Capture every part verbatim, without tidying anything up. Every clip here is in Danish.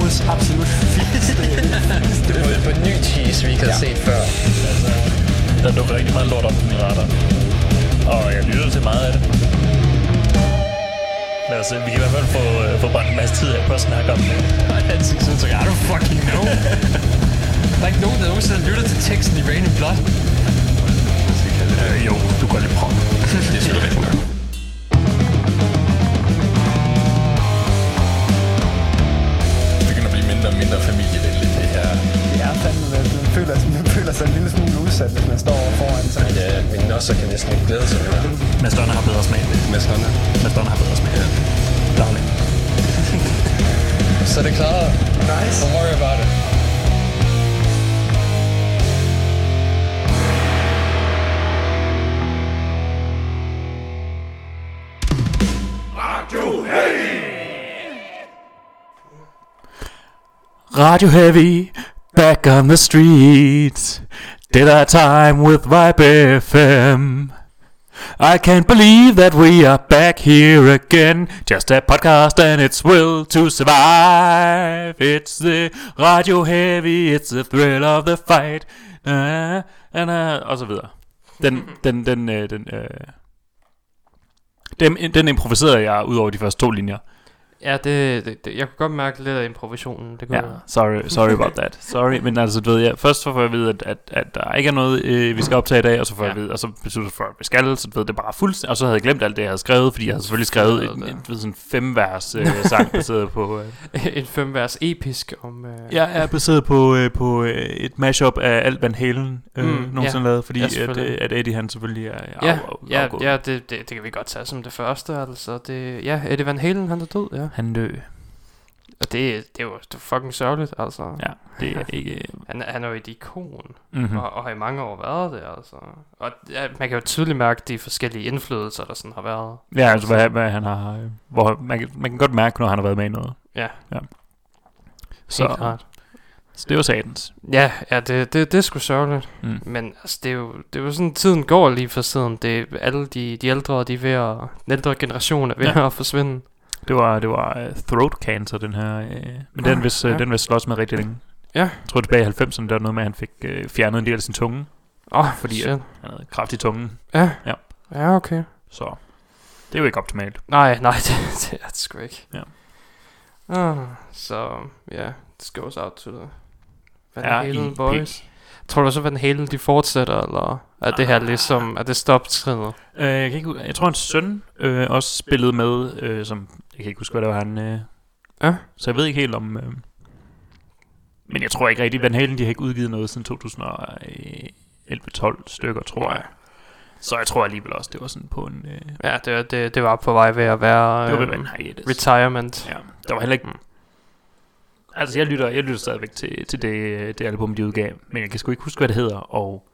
uges absolut fedeste. Det er på en ny tease, vi ikke har ja. set før. Altså, der dukker rigtig meget lort op på min radar. Og jeg lytter til meget af det. Lad os se, vi kan i hvert fald få, uh, få brændt en masse tid af på at snakke om det. Og ansigtsudtryk, I don't fucking know. Der er ikke nogen, der nogensinde lytter til teksten i Rain and Blood. Øh, jo, du går lidt prøv. Det er sgu da rigtigt nok. Det begynder at blive mindre og mindre familievenligt, det her. Det er fandme, man føler, man føler sig en lille smule udsat, hvis man står foran sig. Ja, men også kan næsten ikke glæde sig mere. Mads Donner har bedre smag. Mads Donner. Mads Donner har bedre smag. Ja. Daglig. Så det er klaret. Nice. Don't worry about it. Radio Heavy, back on the streets. Did our time with Vibe F M. I can't believe that we are back here again. Just a podcast and its will to survive. It's the Radio Heavy, it's the thrill of the fight. Uh, and, uh, og så videre. Den, den, den, øh, den, øh, den, den improviserede jeg ud over de første to linjer. Ja, det, det, det, jeg kunne godt mærke lidt af improvisationen. Det kunne Ja, sorry, sorry about that. Sorry, men altså, du ved, jeg, først så får jeg at vide, at, at, at der ikke er noget, øh, vi skal optage i dag, og så får ja. jeg at vide, og så beslutter for, at vi skal, så du ved, det er bare fuldstændig, og så havde jeg glemt alt det, jeg havde skrevet, fordi jeg havde selvfølgelig skrevet en, en, en, sådan femvers øh, sang, baseret på... Øh, en femvers episk om... Øh... Ja, er baseret på, øh, på øh, et mashup af alt Van Halen, øh, mm, nogensinde ja. lavet, fordi ja, at, øh, at Eddie, han selvfølgelig er ja, af, af, ja, afgået. ja, det, det, det kan vi godt tage som det første, altså. Det, ja, Eddie Van Halen, han er død, ja. Han dø. Og det, det er jo det er fucking sørgeligt, altså. Ja, det er ikke... han, han er jo et ikon, mm-hmm. og, og har i mange år været det, altså. Og ja, man kan jo tydeligt mærke de forskellige indflydelser, der sådan har været. Ja, altså hvad, hvad han har... Øh, hvor, man, kan, man kan godt mærke, når han har været med i noget. Ja. Ja. Så, så det var satans. Ja, ja det, det, det er sgu sørgeligt. Mm. Men altså, det er jo, det er jo sådan, tiden går lige for siden. Det er alle de, de ældre, de er ved at... Den ældre generation er ved ja. at forsvinde. Det var det var uh, throat cancer, den her, uh, men den hvis uh, ja. den vil slås med rigtig længe. Ja. Jeg tror tilbage i halvfemserne der var noget med at han fik uh, fjernet en del af sin tunge. Åh, oh, fordi shit. uh, han havde kræft i tungen. Ja. Ja. Ja, okay. Så det er jo ikke optimalt. Nej, nej, det, det er det sgu ikke. Ja. Ah, så ja, yeah, this goes out to the Van Halen boys. Tror du så Van Halen de fortsætter, eller er det her ligesom, er det stoptrinet? Uh, jeg kan ikke, jeg tror hans søn uh, også spillede med, uh, som jeg kan ikke huske hvad det var han. Uh, ja. Så jeg ved ikke helt om. Uh, men jeg tror ikke rigtig Van Halen de har ikke udgivet noget siden to tusind og elleve tolv stykker, tror jeg. Så jeg tror alligevel også det var sådan på en. Uh, ja, det, det det var på vej ved at være. Det var um, ved en hiatus. Retirement. Ja, der var heller ikke. Mm. Altså jeg lytter, jeg lytter stadigvæk til, til det, det album de udgav, men jeg kan sgu ikke huske hvad det hedder, og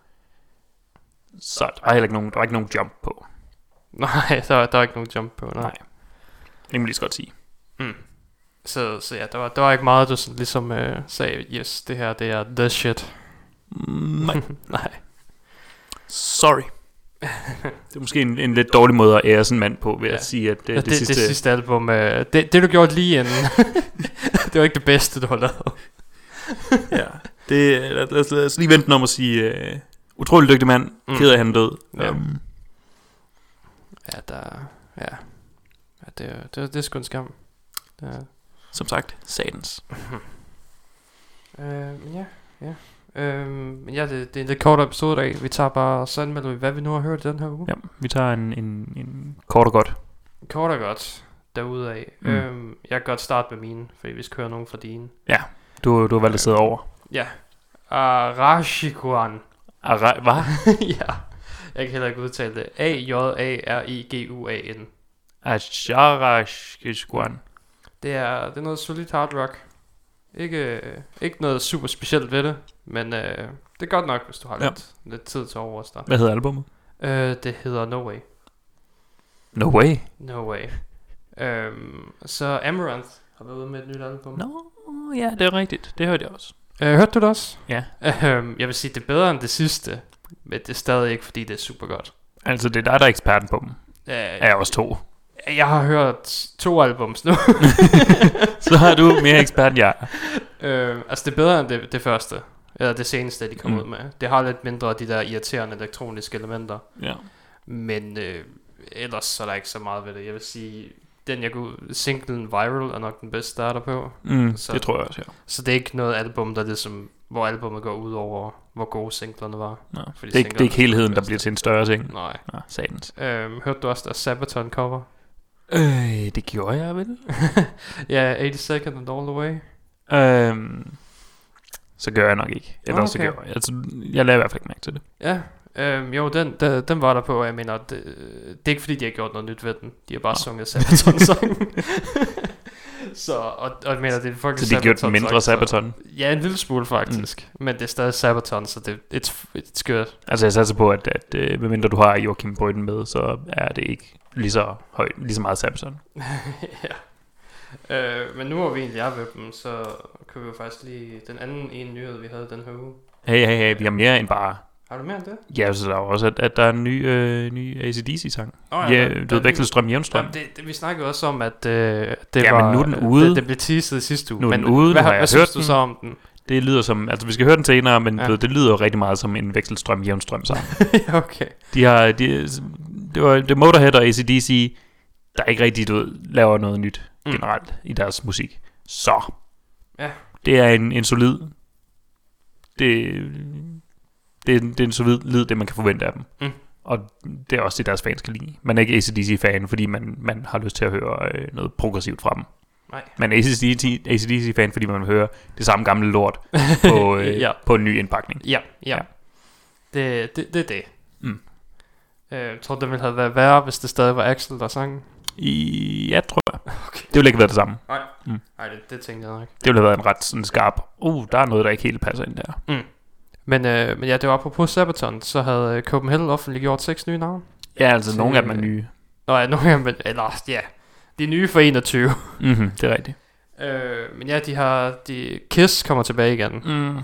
så der var heller ikke nogen, der var ikke nogen jump på. Nej, der var, der var ikke nogen jump på. Nej. Nej. Det kan man lige så godt sige. Mm. Så, så ja, der var, der var ikke meget du sådan, ligesom uh, sagde, yes, det her det er the shit. Mm, nej. Nej. Sorry. Det er måske en, en lidt dårlig måde at ære sådan en mand på ved ja. at sige at uh, ja, det, det, det sidste det sidste album, uh, det, det du gjorde lige inden. Det var ikke det bedste du har lavet. Ja. Det lad, lad, lad os lige vente om at sige uh, utrolig dygtig mand, mm. ked af han død. Ja. Um, ja, der ja. Ja, det er det, det er sgu en skam. Ja. Som sagt, satans. øh, men ja, ja. Øhm, ja, det, det er en lidt kort episode i dag. Vi tager bare så anmelder vi, hvad vi nu har hørt den her uge. Ja, vi tager en, en, en kort og godt. Kort og godt, derudaf. Mm. Øhm, jeg kan godt starte med mine, fordi vi skal høre nogen fra dine. Ja, du, du har valgt at sidde over. Ja. Arashiguan. Ara- hvad? Ja, jeg kan heller ikke udtale det. A J A R I G U A N. Arashiguan. Det er, det er noget solid hard rock. Ikke, ikke noget super specielt ved det, men øh, det er godt nok, hvis du har ja. lidt, lidt tid til over dig. Hvad hedder albumet? Øh, det hedder No Way. No Way? No Way. Øhm, så Amaranth har været ude med et nyt album. Nå, no, ja, det er rigtigt. Det hørte jeg også. Øh, hørte du det også? Ja. Øhm, jeg vil sige, det er bedre end det sidste, men det er stadig ikke, fordi det er super godt. Altså, det er dig, der er eksperten på dem. Øh, er jeg også to. Jeg har hørt to albums nu. Så er du mere ekspert end jeg. øh, altså det er bedre end det, det første. Eller det seneste, de kom Mm. ud med. Det har lidt mindre af de der irriterende elektroniske elementer. Ja. Men øh, ellers så er der ikke så meget ved det. Jeg vil sige, den jeg går singlen Viral er nok den bedste starter på. Mm, Så- det tror jeg også, ja. Så det er ikke noget album, der ligesom, hvor albumet går ud over, hvor gode singlerne var. Nå. Fordi Det, er ikke, det er ikke singlerne helheden, er der bedste. bliver til en større ting. Nej. Nå, satans. Øhm, hørte du også der Sabaton cover? Øh, det gjorde jeg vel. Ja, eighty second and all the way. Øhm, så gør jeg nok ikke. Eller okay. Så Okay. gør jeg. Altså, jeg lader i hvert fald ikke mærke til det. Ja, øhm, jo, den, den, den var der på, og jeg mener, det, det er ikke fordi, de har gjort noget nyt ved den. De har bare Nå. sunget Sabaton-sangen. så, og, og jeg mener, det er fucking Så de har gjort den mindre Sabaton-sang, Sabaton. så- Ja, en lille smule faktisk. Mm. Men det er stadig Sabaton, så det, it's, it's good. Altså jeg satser på, at, at øh, medmindre du har Joachim Brøden med, så er det ikke lige så højt, lige så meget Sabaton. ja. Øh, men nu hvor vi egentlig er ved dem, så kan vi jo faktisk lige den anden ene nyhed, vi havde den her uge. Hey, hey, hey, vi har mere end bare... Har du mere end det? Ja, så der er jo også, at, at der er en ny, øh, ny A C D C-sang. Åh, Oh, ja, der- du der ved, er Vekselstrøm, Jævnstrøm. Jamen, det, det, vi snakkede også om, at øh, det Ja, var... men nu er den ude. Det, det blev teaset i sidste uge. Nu er men den ude, nu hvad, har hvad, jeg hvad synes hørt du den. så om den? Det lyder som... Altså, vi skal høre den senere, men Ja. ja. det lyder jo rigtig meget som en Vekselstrøm, Jævnstrøm sang. Ja, okay. De har... De, det var det er Motorhead og A C D C, der ikke rigtig, du ved, laver noget nyt Mm. generelt i deres musik. Så. Ja. Det er en, en solid... Det, det, er, det er en solid lyd, det man kan forvente af dem. Mm. Og det er også det, deres fans kan lide. Man er ikke A C D C-fan, fordi man, man har lyst til at høre øh, noget progressivt fra dem. Nej. Man er A C D C-fan, fordi man vil høre det samme gamle lort på, øh, Ja. på en ny indpakning. Ja, ja. Ja. Det, det, det er det. Mm. Øh, jeg tror, det ville have været værre, hvis det stadig var Axel, der sang. I, ja, tror jeg. Okay. Det ville ikke være det samme. Nej, Mm. Nej det, det tænkte jeg nok. Det ville have været en ret sådan skarp. Uh, der er noget, der ikke helt passer ind der. Mm. Men, øh, men ja, det var apropos Sabaton, så havde øh, Copenhagen offentliggjort seks nye navne. Ja, altså Til- nogle af dem er nye. Nå ja, nogle af dem, eller ja, de er nye for enogtyve. Mhm, det er rigtigt. øh, men ja, de har, de, Kiss kommer tilbage igen. Mm.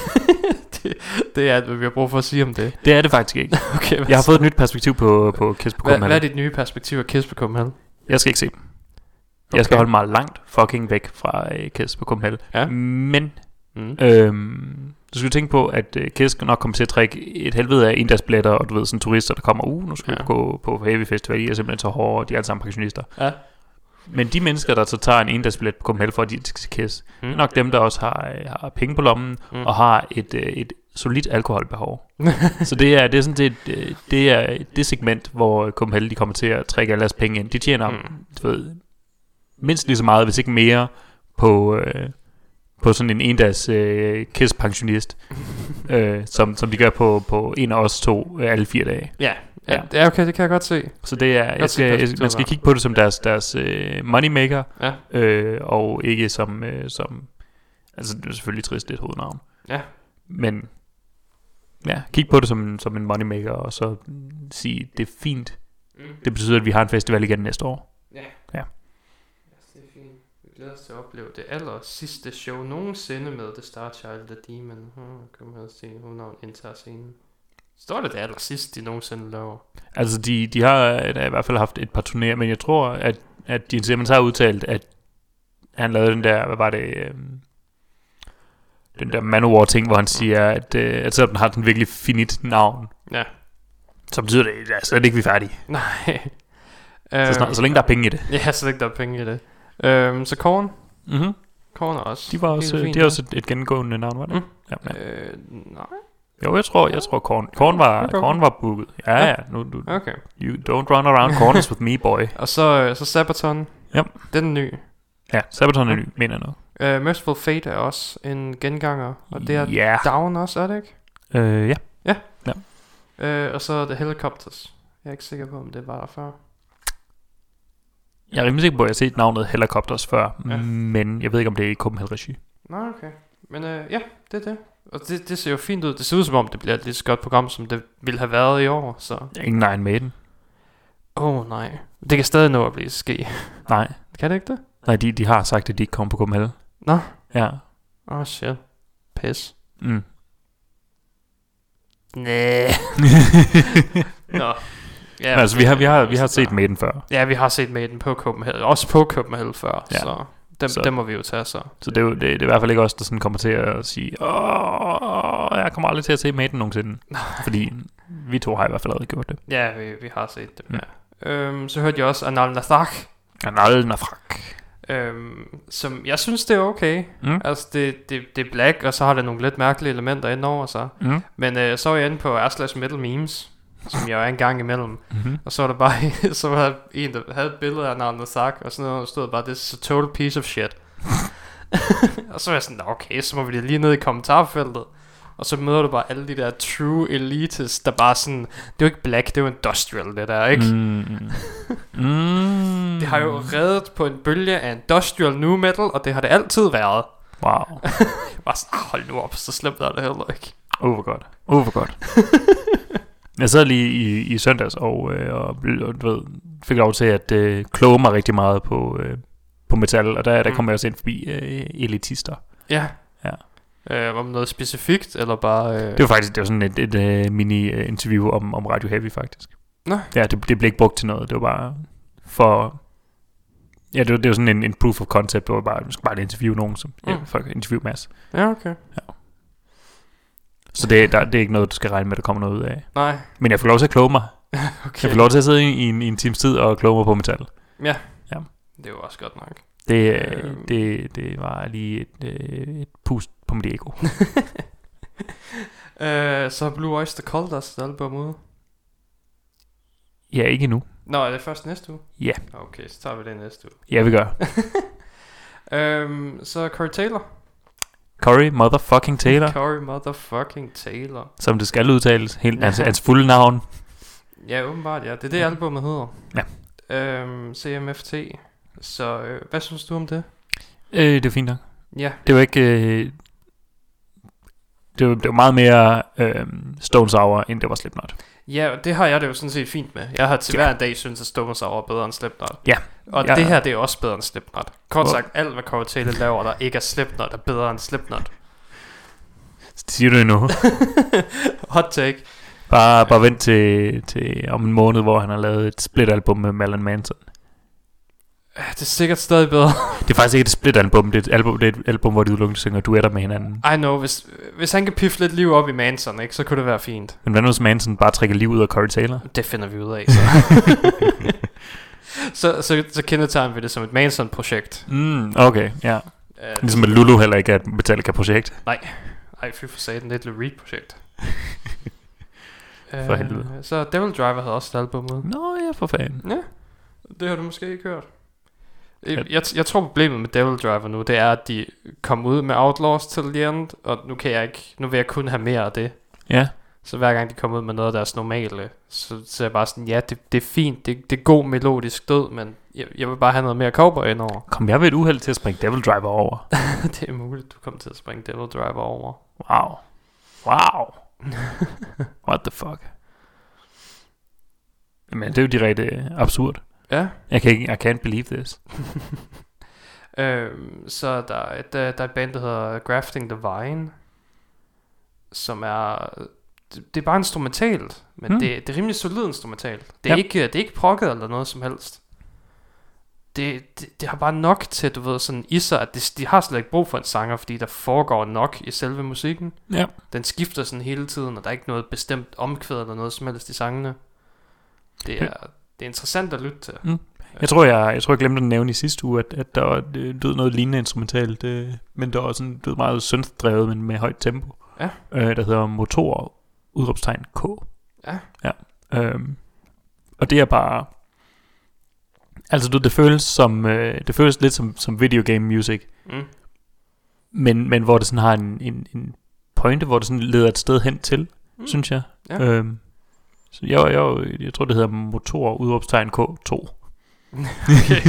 det, det er alt, hvad vi har brug for at sige om det. Det er det faktisk ikke. Okay, hvad, Jeg har fået et nyt perspektiv på, på Kiss på hvad, hvad er Copenhagen. dit nye perspektiv af Kiss på Copenhagen? Jeg skal ikke se dem. Jeg skal holde mig langt fucking væk fra uh, Kiss på Copenhagen. Ja. Men Mm. øhm, du skal tænke på, at uh, Kiss nok kommer til at trække et helvede af endagsbilletter, og du ved, sådan turister, der kommer, uh, nu skal Ja. vi gå på Heavy Festival, I er simpelthen så hårde, og de er alle sammen pensionister. Ja. Men de mennesker, der så tager en endagsbillet på Copenhagen for, at de skal se Kiss, Mm. det er nok dem, der også har, øh, har penge på lommen, Mm. mm. og har et, øh, et solidt alkoholbehov. Så det er, det er sådan det, øh, det er det segment, hvor Copenhagen de kommer til at trække alle deres penge ind. De tjener Mm. du ved, mindst lige så meget, hvis ikke mere, på, øh, på sådan en endags øh, Kiss-pensionist, øh, som, som de gør på, på en af os to øh, alle fire dage. Ja, ja, Ja. det er okay, det kan jeg godt se. Så det er, jeg Godt se skal, jeg, perspektivet man skal der. kigge på det som deres, deres øh, moneymaker, Ja, øh, og ikke som, øh, som, altså det er selvfølgelig trist, det er et hovednavn, ja. men ja, kig på det som, som en moneymaker, og så sige, det er fint. Mm. Det betyder, at vi har en festival igen næste år. Ja. Ja. Yes, det er fint. Vi glæder os til at opleve det aller sidste show nogensinde med The Star Child The Demon. Hmm, kom her og se, hun har indtager scenen. Står det det aller sidste, de nogensinde laver? Altså, de, de har da i hvert fald haft et par turnéer, men jeg tror, at, at de simpelthen har udtalt, at han lavede den der, hvad var det, øhm, den der Manowar-ting, hvor han siger, at, øh, at selvom den har den virkelig finit navn, Ja. så betyder det, at ja, slet ikke vi er færdige. Nej. Så, snart, så længe der er penge i det. Ja, så længe der er penge i det. Øhm, så Korn. Mm-hmm. Korn er også. De var også, helt fint, de er også et, et gennemgående navn, var det? Mm. Ja, ja. Øh, nej. Jo, jeg tror, jeg tror Korn, Korn var, Okay, okay. Korn var booket. Ja, Ja. ja. Nu, du, Okay. you don't run around corners with me, boy. Og så, så Sabaton. Ja. Den er ny. Ja, Sabaton er ny, mener jeg noget. Uh, Merciful Fate er også en genganger. Og det er Ja. Down også, er det ikke? Øh, ja. Uh, og så The Helicopters. Jeg er ikke sikker på, om det var der før. Jeg er rimelig sikker på, at jeg har set navnet Helicopters før, Ja. men jeg ved ikke, om det er i Copenhagen-regi. Nå, okay. Men uh, ja, det er det. Og det, det ser jo fint ud. Det ser ud som om, det bliver et lige så godt program, som det ville have været i år. Så. Ingen Iron Maiden. Åh oh, nej. Det kan stadig nå at blive ske. Nej. Kan det ikke det? Nej, de, de har sagt, at de ikke kommer på Copenhagen. Nå. Ja. Åh oh, shit. Pis. Mm. Næh. Nå. Ja, altså, vi har, vi har, vi har set Maiden før. Ja, vi har set Maiden på Copenhagen. Også på Copenhagen før. Ja. Så dem, så, dem må vi jo tage så. Så det er, jo, det, det er i hvert fald ikke os, der sådan kommer til at sige, åh, jeg kommer aldrig til at se Maiden nogensinde. Fordi vi to har i hvert fald allerede gjort det. Ja, vi, vi har set dem, mm. ja. Øhm, så hørte jeg også Anal Nathak. Anal Nathak. Øhm, som jeg synes, det er okay. Mm. Altså, det, det, det er black, og så har det nogle lidt mærkelige elementer indover sig. Mm. Men øh, så var jeg inde på Aslash Metal Memes, som jeg er en gang imellem. Mm-hmm. Og så var der bare så var der en, der havde et billede af Anal Nathak, og sådan noget, og stod bare, this is a total piece of shit. Og så var jeg sådan, okay, så må vi lige ned i kommentarfeltet. Og så møder du bare alle de der true elites, der bare sådan, det er jo ikke black, det er jo industrial, det der, ikke? Mm. Mm. Det har jo reddet på en bølge af industrial nu metal, og det har det altid været. Wow. Bare sådan, hold nu op, så slemt er det heller ikke. Oh, hvor godt. Oh, hvor godt. Jeg sad lige i, i søndags og, øh, og, og du ved, fik lov til at øh, kloge mig rigtig meget på, øh, på metal, og der, der Mm. kom jeg også ind forbi øh, elitister. Ja. Ja. Øh, om noget specifikt, eller bare... Øh... Det var faktisk det var sådan et, et, et uh, mini-interview om, om Radio Heavy, faktisk. Nå. Ja, det, det blev ikke brugt til noget. Det var bare for... Ja, det var, det var sådan en, en proof of concept. Det var bare, du skal bare interviewe nogen, som... Mm. Ja, for at interviewe Mads. Ja, okay. Ja. Så det, der, det er ikke noget, du skal regne med, der kommer noget ud af. Nej. Men jeg får lov til at kloge mig. Okay. Jeg får lov til at sidde i, i, en, i en times tid og kloge mig på metal. Ja. Ja. Det var også godt nok. Det, Øhm. det, det var lige et, et pust på mit ego. øh, så Blue Oyster Cult også et album ude. Ja, ikke endnu. Nå, er det først næste uge? Ja. Okay, så tager vi det næste uge. Ja, vi gør. øhm, så Corey Taylor. Corey motherfucking Taylor. Corey motherfucking Taylor. Som det skal udtales. Helt, Ja. hans, hans fulde navn. Ja, åbenbart, ja. Det er det, albumet hedder. Ja. Øhm, C M F T. Så øh, hvad synes du om det? Øh, det er fint nok. Ja. Det var ikke... Øh, det, var, det var meget mere øh, Stone Sour, end det var Slipknot. Ja, det har jeg det jo sådan set fint med. Jeg har til Ja. hver en dag synes at Stone Sour er bedre end Slipknot. Ja. Og Ja. det her, det er også bedre end Slipknot. Kort Hvor- sagt, alt hvad Corey Taylor laver, der ikke er Slipknot, er bedre end Slipknot. Siger du det nu? Hot take. Bare, bare vent til, til om en måned, hvor han har lavet et split-album med Marilyn Manson. Det er sikkert stadig bedre. Det er faktisk ikke et split-album, det er et album, det er et album hvor de udelukkende synger duetter med hinanden. I know, hvis, hvis han kan piffe lidt liv op i Manson, ikke, så kunne det være fint. Men hvad nu hvis Manson bare trækker liv ud af Corey Taylor? Det finder vi ud af, så. så, så, så kendetegner vi det som et Manson-projekt. Mm, okay, ja. Uh, Ligesom at Lulu heller ikke er et Metallica-projekt. Nej, ej, fy for satan, det er et Lou Reed-projekt. For helvede. Uh, så Devil Driver havde også et album ud. Nå ja, for fanden. Ja, det har du måske ikke hørt. Jeg, jeg, jeg tror problemet med Devil Driver nu, det er at de kom ud med Outlaws til the end, og nu kan jeg ikke, nu vil jeg kun have mere af det. Ja. Så hver gang de kommer ud med noget af deres normale, så, så er jeg bare sådan, ja, det, det er fint, det, det er god melodisk død, men jeg, jeg vil bare have noget mere cowboy indover. Kom jeg ved et uheld til at springe Devil Driver over? Det er muligt, du kommer til at springe Devil Driver over. Wow. Wow. What the fuck? Men det er jo direkte absurd. Ja. Jeg kan ikke, I can't believe this. øhm, så der er, et, der er et band, der hedder Grafting the Vine, som er, det, det er bare instrumentalt, men Hmm. det, det er rimelig solid instrumentalt. Det er, Ja. ikke, det er ikke prokket eller noget som helst. Det, det, det har bare nok til, du ved, sådan i sig, at det, de har slet ikke brug for en sanger, fordi der foregår nok i selve musikken. Ja. Den skifter sådan hele tiden, og der er ikke noget bestemt omkvæd eller noget som helst i sangene. Det er, det er interessant at lytte til. Mm. Jeg tror, jeg, jeg tror, jeg glemte at nævne i sidste uge, at, at der var øh, død noget lignende instrumentalt, øh, men der var sådan død meget synth-drevet, men med højt tempo. Ja. Øh, der hedder Motor, udråbstegn K. Ja. Ja. Øhm, og det er bare... Altså, du, det føles som... Øh, det føles lidt som, som videogame music, Mm. men, men hvor det sådan har en, en, en pointe, hvor det sådan leder et sted hen til, mm. synes jeg. Ja. Øhm, så jeg, jeg, jeg tror, det hedder Motor, udråbstegn K to. Okay.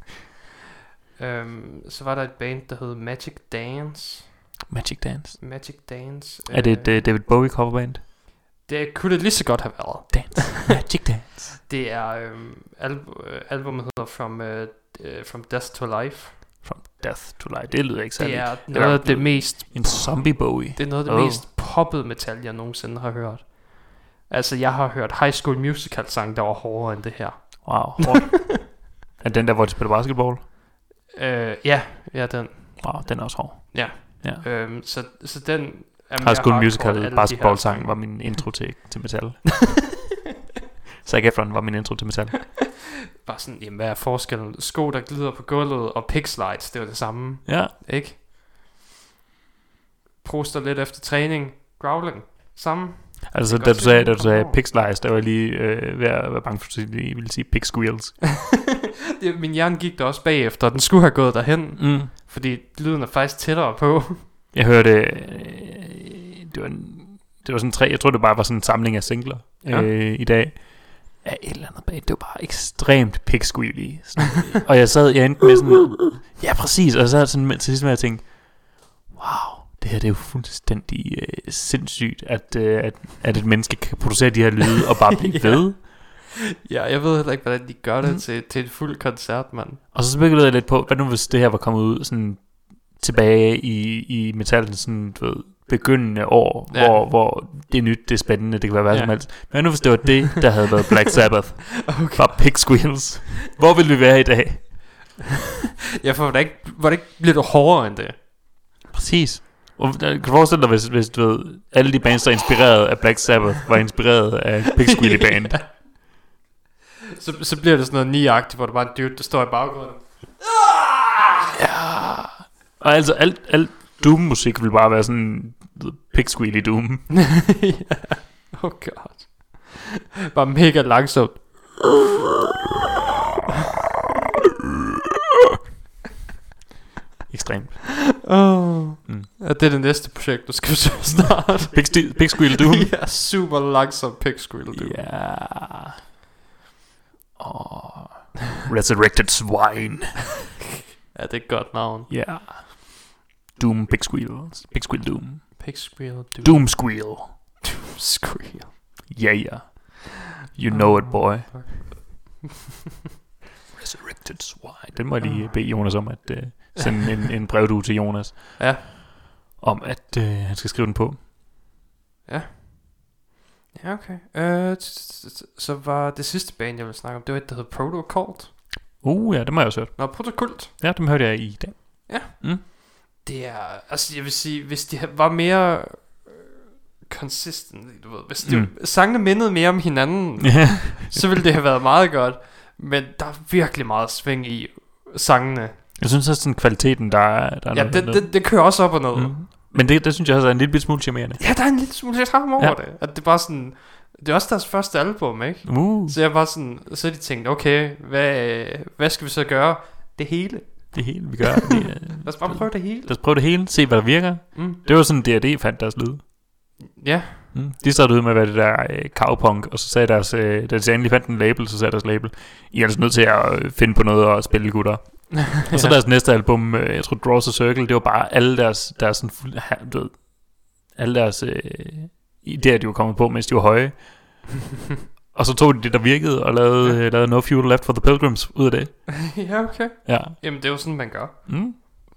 øhm, så var der et band, der hed Magic Dance. Magic Dance. Magic Dance. Er det et uh, David Bowie coverband? Det kunne det lige så godt have været. Dance. Magic Dance. Det er øhm, alb- øh, albumet hedder From, uh, uh, From Death to Life. From Death to Life. Det lyder ikke Det særligt. er noget af det mest En zombie Bowie. Det er noget af det Oh. oh. mest poppede metal, jeg nogensinde har hørt. Altså, jeg har hørt High School Musical sang, der var hårdere end det her. Wow. Hårdt. Er den der, hvor de spiller basketball? Øh, ja, ja, den. Wow, den er også hård. Ja. Ja. Øhm, så, så den er High School mere Musical hardcore, alle de her basketball-sang sange. var min intro til, til metal. Zac Efron var min intro til metal. Bare sådan, jamen hvad er forskellen? Sko, der glider på gulvet, og pig slides, det var det samme, Ja. ikke? Proster lidt efter træning, growling, samme. Altså, kan da godt du se, sagde, hvor da du du sagde kommer pig slice, der var jeg lige øh, ved at være bange for, at jeg ville sige pig squeals. Det, min hjerne gik der også bagefter, den skulle have gået derhen, Mm. fordi lyden er faktisk tættere på. Jeg hørte, øh, det, var en, det var sådan tre, jeg tror det bare var sådan en samling af singler Ja. øh, i dag. Ja, et eller andet bag, det var bare ekstremt pig squealy. Og jeg sad, jeg endte med sådan, ja præcis, og så sådan til sidst med at tænke, wow, det her det er jo fuldstændig øh, sindssygt, at, øh, at, at et menneske kan producere de her lyde og bare blive Ja. ved. Ja, jeg ved heller ikke, hvordan de gør det Mm. til, til en fuld koncert, mand. Og så spekulerede jeg lidt på, hvad nu hvis det her var kommet ud sådan tilbage i, i metallen, sådan, du ved, begyndende år, Ja. ja. hvor, hvor det er nyt, det er spændende, det kan være hvad Ja. som helst. Men nu hvis det var det, der havde været Black Sabbath, Okay. bare pig squeals, hvor ville vi være i dag? Ja, for var det ikke, var det ikke lidt hårdere end det? Præcis. Og der- kan du forestille dig, hvis, hvis du ved, alle de bands, der er inspireret af Black Sabbath, var inspireret af pig squealy band. Ja. så, så bliver det sådan noget ni-agtigt, hvor der bare er en dude, der står i baggrunden. Ja. Og altså, alt, alt Doom-musik ville bare være sådan pig squealy Doom. Ja. Oh god. Bare mega langsomt. Ekstremt. Oh. Mm. Ja, det er det næste projekt, du skal forsøge snart. Pig, sti- pig squealy Doom. Ja, super langsom pig squeal, du. Ja. Oh. Resurrected Swine. Ja, det er et godt navn. Ja. Yeah. Doom Pig Squeal. Pig Squeal Doom. Pig squeal, du. Doom Squeal. Doom squeal. Yeah, yeah. You know it, boy. Resurrected Swine. Den må jeg lige bede Jonas om at uh, sende en, en brevdue til Jonas. Ja. Om at uh, han skal skrive den på. Ja. Ja, okay. Øh, t- t- t- så var det sidste band, jeg ville snakke om, det var et, der hed Protocult. Uh, ja, det må jeg også hørt. Nå, Protocult. Ja, dem hørte jeg i dag. Det er, altså jeg vil sige, hvis de var mere øh, consistent, du ved, hvis de, Mm. sangene mindede mere om hinanden, Ja. så ville det have været meget godt. Men der er virkelig meget sving i sangene. Jeg synes også sådan kvaliteten, der er, der er Ja, noget, det, noget. det, det kører også op og ned. Mm. Men det, det synes jeg også er en lille bit smule charmerende. Ja, der er en lille smule charme over Ja. det. At det er bare sådan, det er også deres første album, ikke? Uh, Så jeg var sådan, så har de tænkt, okay, hvad, hvad skal vi så gøre? Det hele. det hele vi gør. Det, er- Lad os bare prøve det hele. Lad os prøve det hele, se hvad der virker. Mm. Det var sådan, D og D fandt deres lyd. Ja, Mm. De startede ud med at være det der øh, cowpunk, og så sagde deres, øh, da de endelig fandt en label, så sagde deres label, I er altså nødt til at øh, finde på noget og spille, gutter. Og så Ja. deres næste album, øh, jeg tror Draws a Circle, det var bare alle deres, deres sådan fuld, ha, du ved, alle deres øh, idéer, de var kommet på, mens de var høje. Og så tog de det, der virkede, og lavede, Ja. øh, lavede No Fuel Left for the Pilgrims ud af det. ja, okay. Ja. Jamen, det er jo sådan, man gør. Mm.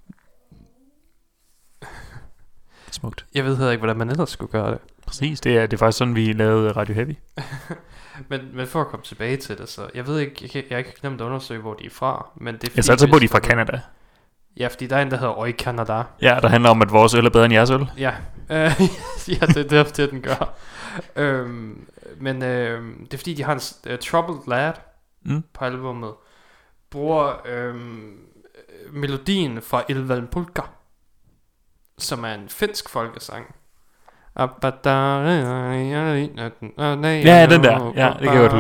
Smukt. Jeg ved heller ikke, hvordan man ellers skulle gøre det. Præcis, det er, det er faktisk sådan, vi lavede Radio Heavy. Men, men for at komme tilbage til det, så jeg ved ikke, jeg, kan, jeg har ikke glemt at undersøge, hvor de er fra. Men det er Jeg satser på, at de er hvis fra du- Canada. Ja, fordi der er en, der hedder Oi Canada. Ja, der handler om, at vores øl er bedre end jeres øl. Ja, øh, ja det, det er det, den gør. Øhm, men øhm, det er fordi, de har en s- uh, Troubled Lad Mm. på albumet. Bruger øhm, melodien fra Il Valpulka, som er en finsk folkesang. Ja, Ja, den der. Ja, det kan jeg godt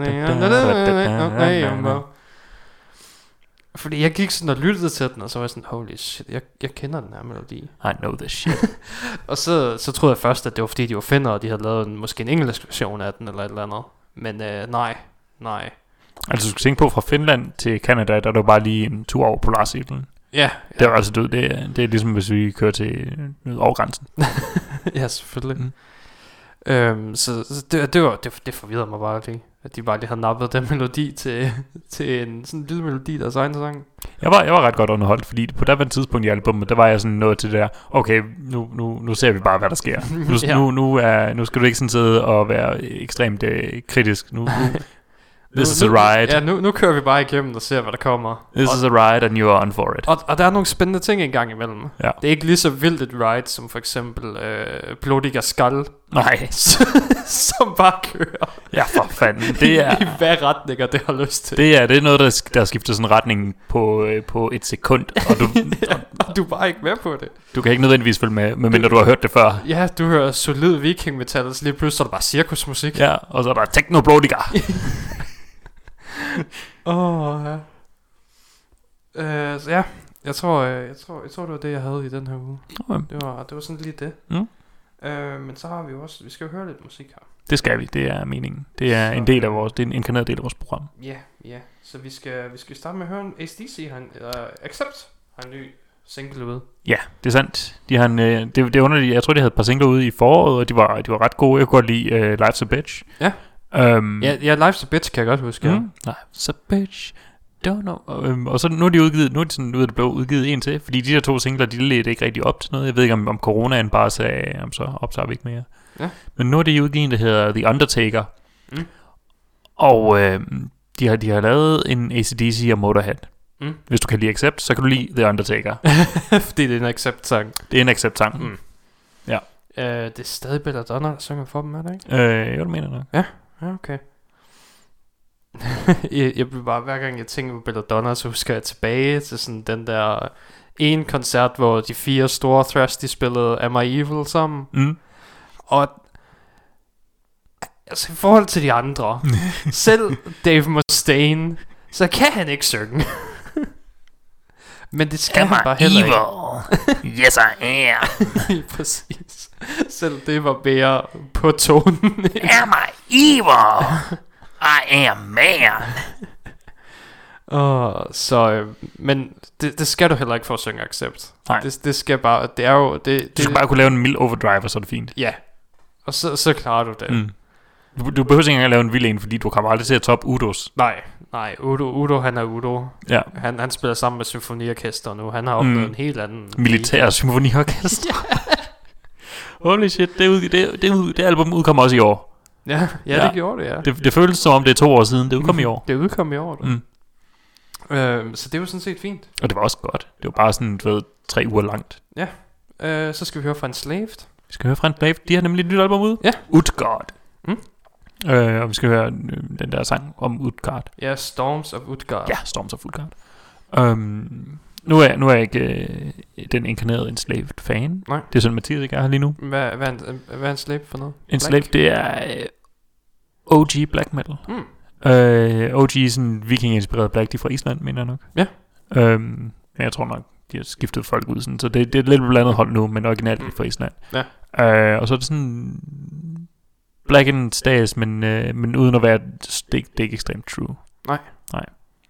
huske. Fordi jeg gik sådan og lyttede til den, og så var jeg sådan, holy shit, jeg, jeg kender den her melodi. I know this shit. Og så, så troede jeg først, at det var fordi, de var finder, og de havde lavet en, måske en engelsk version af den, eller et eller andet. Men øh, nej, nej. Altså, du skal tænke på, fra Finland til Canada, der er der bare lige en tur over polarcirklen. Ja, Det er altså død. Det er, det er ligesom, hvis vi kører til øh, over grænsen. ja, selvfølgelig. Mm. Mm. Øhm, så så det, det, var, det, det forvirrede mig bare lige, at de bare lige havde nappet den melodi til, til en sådan en lille melodi, deres egen sang. Jeg var, jeg var ret godt underholdt, fordi på daværende tidspunkt i albumet, der var jeg sådan nået til det der, okay, nu, nu, nu ser vi bare, hvad der sker. Nu, Ja. nu, nu, er, nu skal du ikke sådan sidde og være ekstremt øh, kritisk. Nu, nu, This nu, is a nu, ride. Ja, nu, nu kører vi bare igennem og ser, hvad der kommer. This og, is a ride, and you are on for it. og, og der er nogle spændende ting engang imellem. Ja. Det er ikke lige så vildt et ride, som for eksempel øh, Blodiger Skal, Nej. som bare kører Ja, for fanden. Det er, i hvad retninger det har lyst til. det er, det er noget, der, der skifter sådan retning på, øh, på et sekund, og du, Og du er bare ikke med på det. du kan ikke nødvendigvis følge med, medmindre du har hørt det før. Ja, du hører solid viking metal, så lige pludselig er der bare cirkusmusik. Ja, og så er der techno-blodiger. Åh, oh, ja. Øh, så ja, jeg tror, øh, jeg tror, jeg tror, det var det, jeg havde i den her uge. Okay. Det var, det var sådan lige det. Mm. Øh, men så har vi jo også, vi skal jo høre lidt musik her. Det skal vi, det er meningen. Det er en del af vores, det er en inkarneret del af vores program. Ja, ja. Så vi skal, vi skal starte med at høre en A C D C, han, eller Accept, har en ny single ude. Ja, det er sandt. De har en, øh, det, det er underligt. Jeg tror, de havde et par singler ude i foråret, og de var, de var ret gode. Jeg kunne godt lide uh, Life's a Bitch. Ja. Um, Ja, ja, Life's a Bitch kan jeg godt huske. Mm, Life's a Bitch. Don't know. Um, og så nu er de udgivet, nu er de sådan ud, at det blev udgivet en til, fordi de der to singler, de ledte ikke rigtig op til noget. Jeg ved ikke, om, om coronaen bare sagde, om så optager vi ikke mere. Ja. Men nu er de udgivet en, der hedder The Undertaker. Mm. Og øh, de, har, de har lavet en A C D C og Motorhead. Mm. Hvis du kan lide Accept, så kan du lide The Undertaker. Fordi det er en Accept-sang. Det er en Accept-sang. Mm. Ja. Øh, det er stadig Belladonna, der synger for dem, er det ikke? Øh, jo, du mener nok. Ja, okay. jeg, jeg bliver bare, hver gang jeg tænker på Belladonna, så husker jeg tilbage til sådan den der en koncert, hvor de fire store thrash, de spillede Am I Evil sammen. Mm. Og altså i forhold til de andre, selv Dave Mustaine, så kan han ikke synge. Men det skal Am han I bare heller evil? Yes, I am. ikke. Præcis. Selv det var mere på tonen. Am I evil? I am man. Oh, så, øh, men det, det skal du heller ikke for at synge Accept. Nej. Det, det skal bare, det er jo det, det, Du skal bare kunne lave en mild overdrive, og så er det fint. ja. Og så, så klarer du det. Mm. Du, du behøver ikke engang at lave en vild en, fordi du kommer aldrig til at toppe Udos. Nej, nej, Udo, Udo han er Udo. Ja. Han, han spiller sammen med symfoniorkester nu. Han har opnået Mm. en helt anden Militær symfoniorkester. Holy shit, det, ud, det, det, det album udkommer også i år. Ja, ja, Ja. det gjorde det, ja. Det, det føles som om det er to år siden. Det udkom i år. Det udkom i år, du. Mm. Øh, så det var sådan set fint. Og det var også godt. Det var bare sådan, du ved, tre uger langt. Øh, så skal vi høre fra Enslaved. Vi skal høre fra Enslaved. De har nemlig et nyt album ud. Ja. Utgard. Mm. Øh, og vi skal høre øh, den der sang om Utgard. Ja, Storms of Utgard. Ja, Storms of Utgard. Um, nu, er, nu er jeg ikke øh, den inkarnerede Enslaved fan. Nej. Det er sådan, Mathias ikke er her lige nu. Hvad, hvad, er en, hvad er Enslaved for noget? Enslaved, det er øh, O G black metal. Mm. Øh, O G er sådan viking-inspireret black, de er fra Island, mener jeg nok. Ja. Um, men jeg tror nok, de har skiftet folk ud sådan, så det, det er et lidt blandet hold nu, men originalt mm. fra Island. Ja. Uh, og så er det sådan black and stas, men, uh, men uden at være, det, det er ikke ekstremt true. Nej. Nej.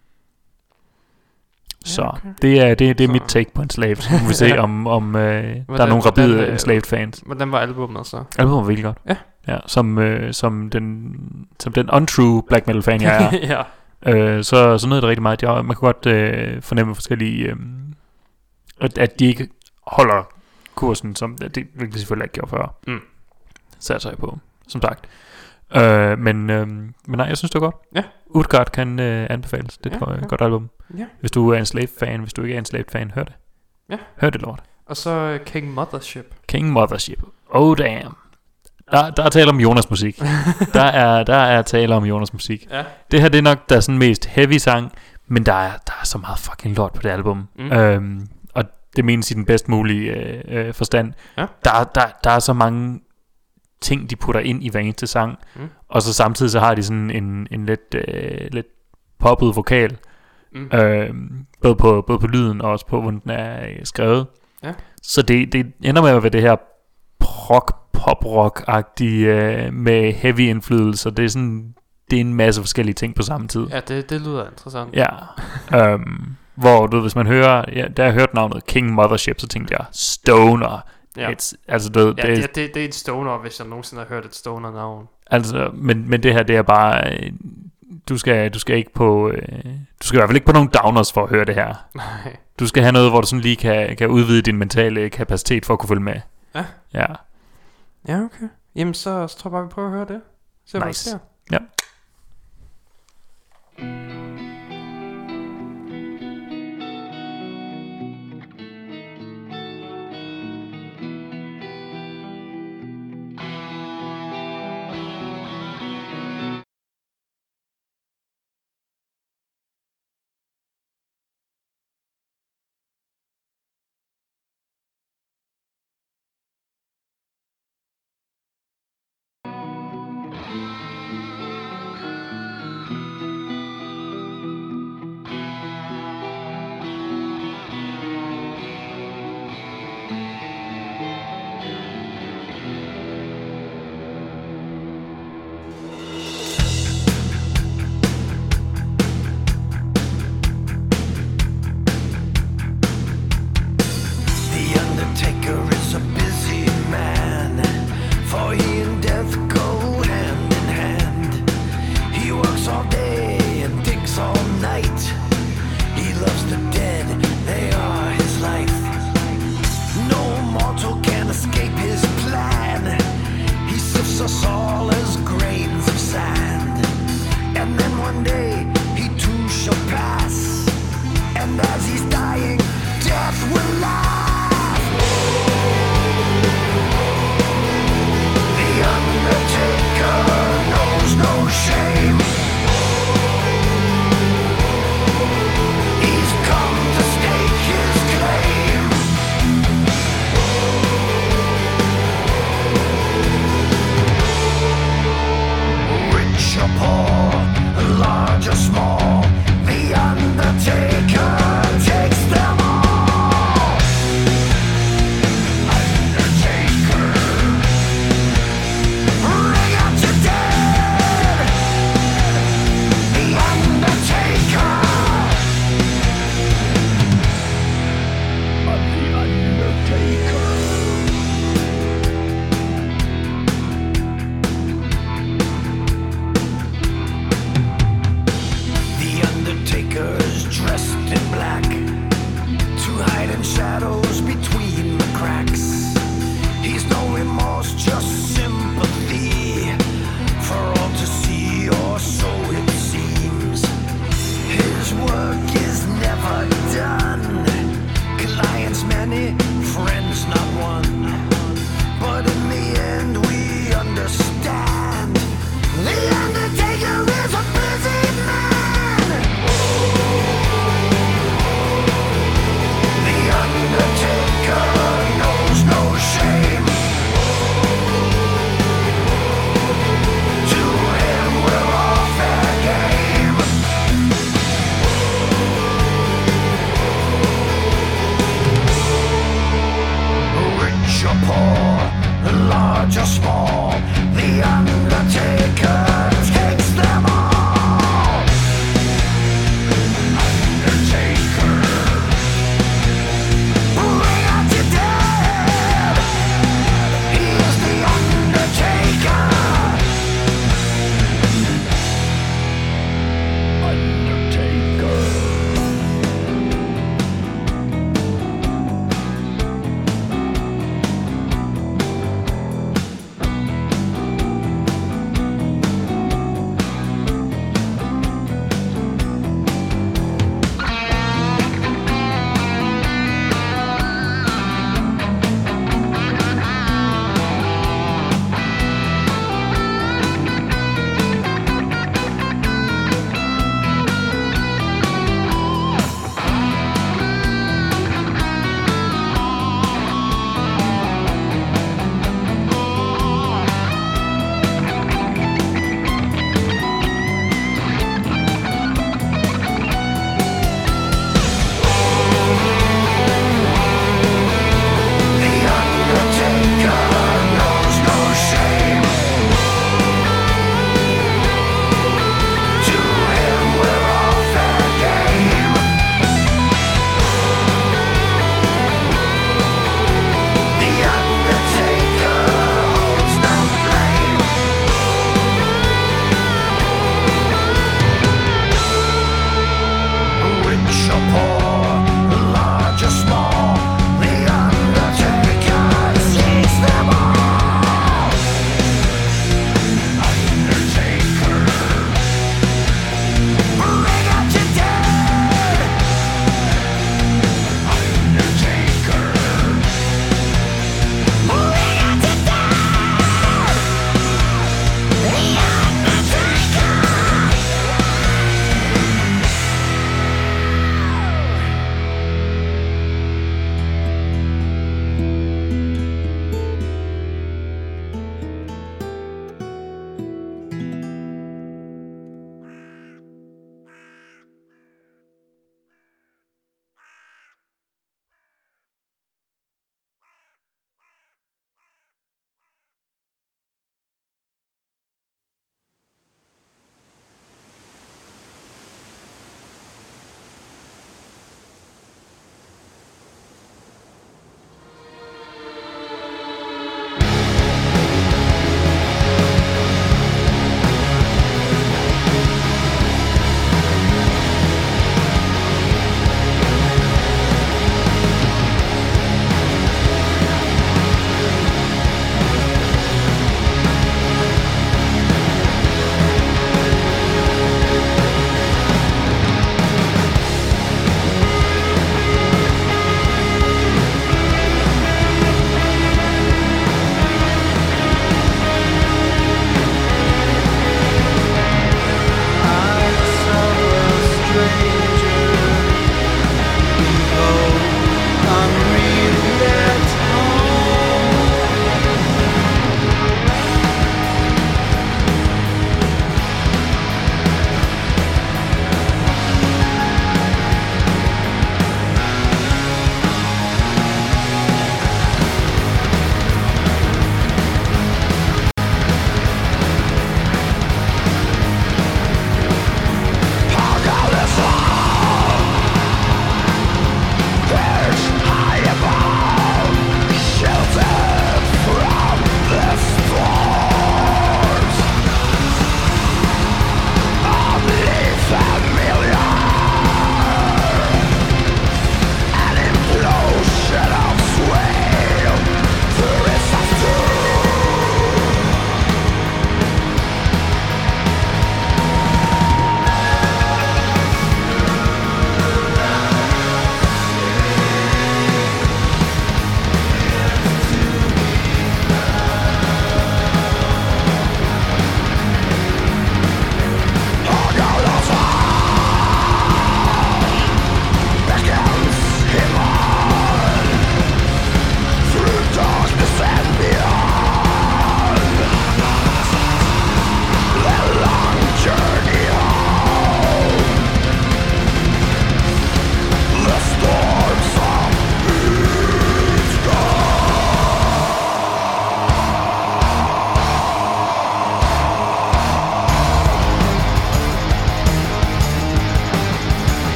Så Ja, okay. det er, det, det er Så- mit take på Enslaved. Så må vi se, Ja. om, om uh, der er Hvordan- nogle rabide hvordan, øh, Enslaved fans. Hvordan var albumet så? Albumet var virkelig godt. Ja. Ja, som, øh, som, den, som den untrue black metal fan jeg er. ja. øh, så, så nød det rigtig meget. Jeg, man kan godt øh, fornemme forskellige, øh, at, at de ikke holder kursen, som det, det virkelig selvfølgelig ikke gjorde før. Mm. Satser jeg på, som sagt. Øh, men, øh, men nej, jeg synes det var godt. Ja. Utgard kan øh, anbefales. Det er Ja, et ja, ja. godt album. Ja. Hvis du er en Slave-fan, hvis du ikke er en Slave-fan, hør det. Ja. Hør det, lort. Og så King Mothership. King Mothership. Oh damn. Der, der er tale om Jonas musik. der, er, der er tale om Jonas musik. Ja. Det her det er nok der er sådan mest heavy sang, men der er, der er så meget fucking lort på det album. Mm. Øhm, og det menes i den bedst mulige øh, øh, forstand. Ja. Der, der, der er så mange ting, de putter ind i hver eneste sang. Mm. Og så samtidig så har de sådan en, en lidt, øh, lidt poppet vokal. Mm. Øh, både, på, både på lyden og også på, hvordan den er øh, skrevet. Ja. Så det, det ender med at være det her prog, pop-rock-agtige øh, med heavy indflydelser. Det er sådan, det er en masse forskellige ting på samme tid. Ja, det, det lyder interessant. Ja. um, hvor du ved, hvis man hører, ja, da jeg hørte navnet King Mothership, så tænkte jeg stoner. Ja. It's, altså det, Ja, det, det, det, det er et stoner, hvis jeg nogensinde har hørt et stoner-navn. altså, men, men det her, det er bare, øh, du skal, du skal ikke på, øh, du skal i hvert fald ikke på nogen downers for at høre det her. Nej. Du skal have noget, hvor du sådan lige kan, kan udvide din mentale kapacitet for at kunne følge med. Ja. Ja. Ja, okay. Jamen, så, så tror jeg bare, vi prøver at høre det. Se, hvad der Nice. sker. Ja.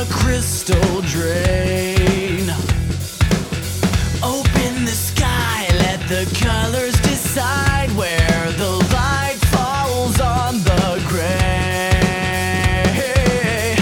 a crystal drain. Open the sky, let the colors decide where the light falls on the gray.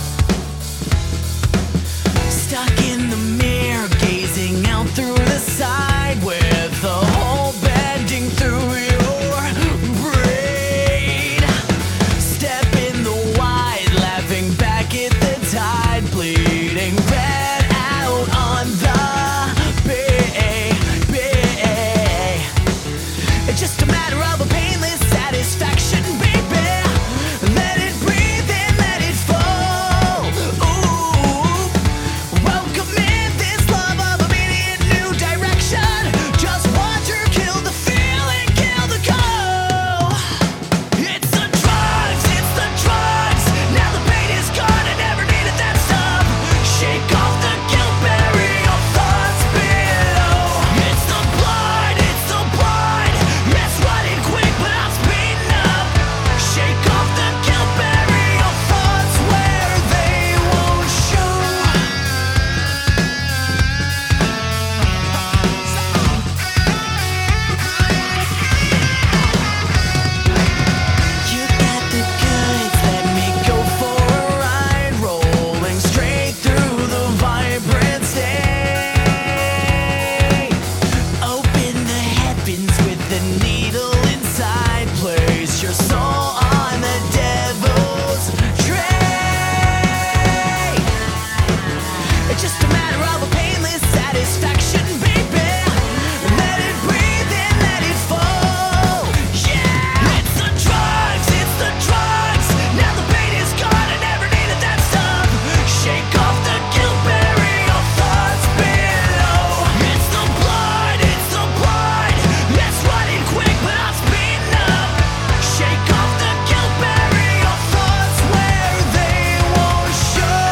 Stuck in the mirror, gazing out through the side with the hole bending through your brain. Step in the wide, laughing back at the tide, bleeding red out on the bay, bay. It's just a matter of a painless satisfaction, baby. Let it breathe and let it fall. Ooh, welcome in this love of immediate new direction. Just water, kill the feeling, kill the call. It's the drugs, it's the drugs. Now the pain is gone, I never needed that stuff. Shake off the guilt, bury your thoughts below. It's the blood, it's the blood. Yes, running quick, but I'm speeding up. Shake off the guilt, bury your thoughts where they won't show. You got the goods, let me go for a ride, rolling straight through the vibrant state. Open the heavens with the needle inside, place your soul on the devil's tray. It's just a matter of a painless satisfaction, baby. Let it breathe and let it fall. Yeah, it's the drugs, it's the drugs. Now the pain is gone, I never needed that stuff. Shake off the guilt, bury your thoughts below. It's the blood, it's the blood. Let's run it quick, but I'm speeding up. Shake off the guilt, bury your thoughts where they won't show.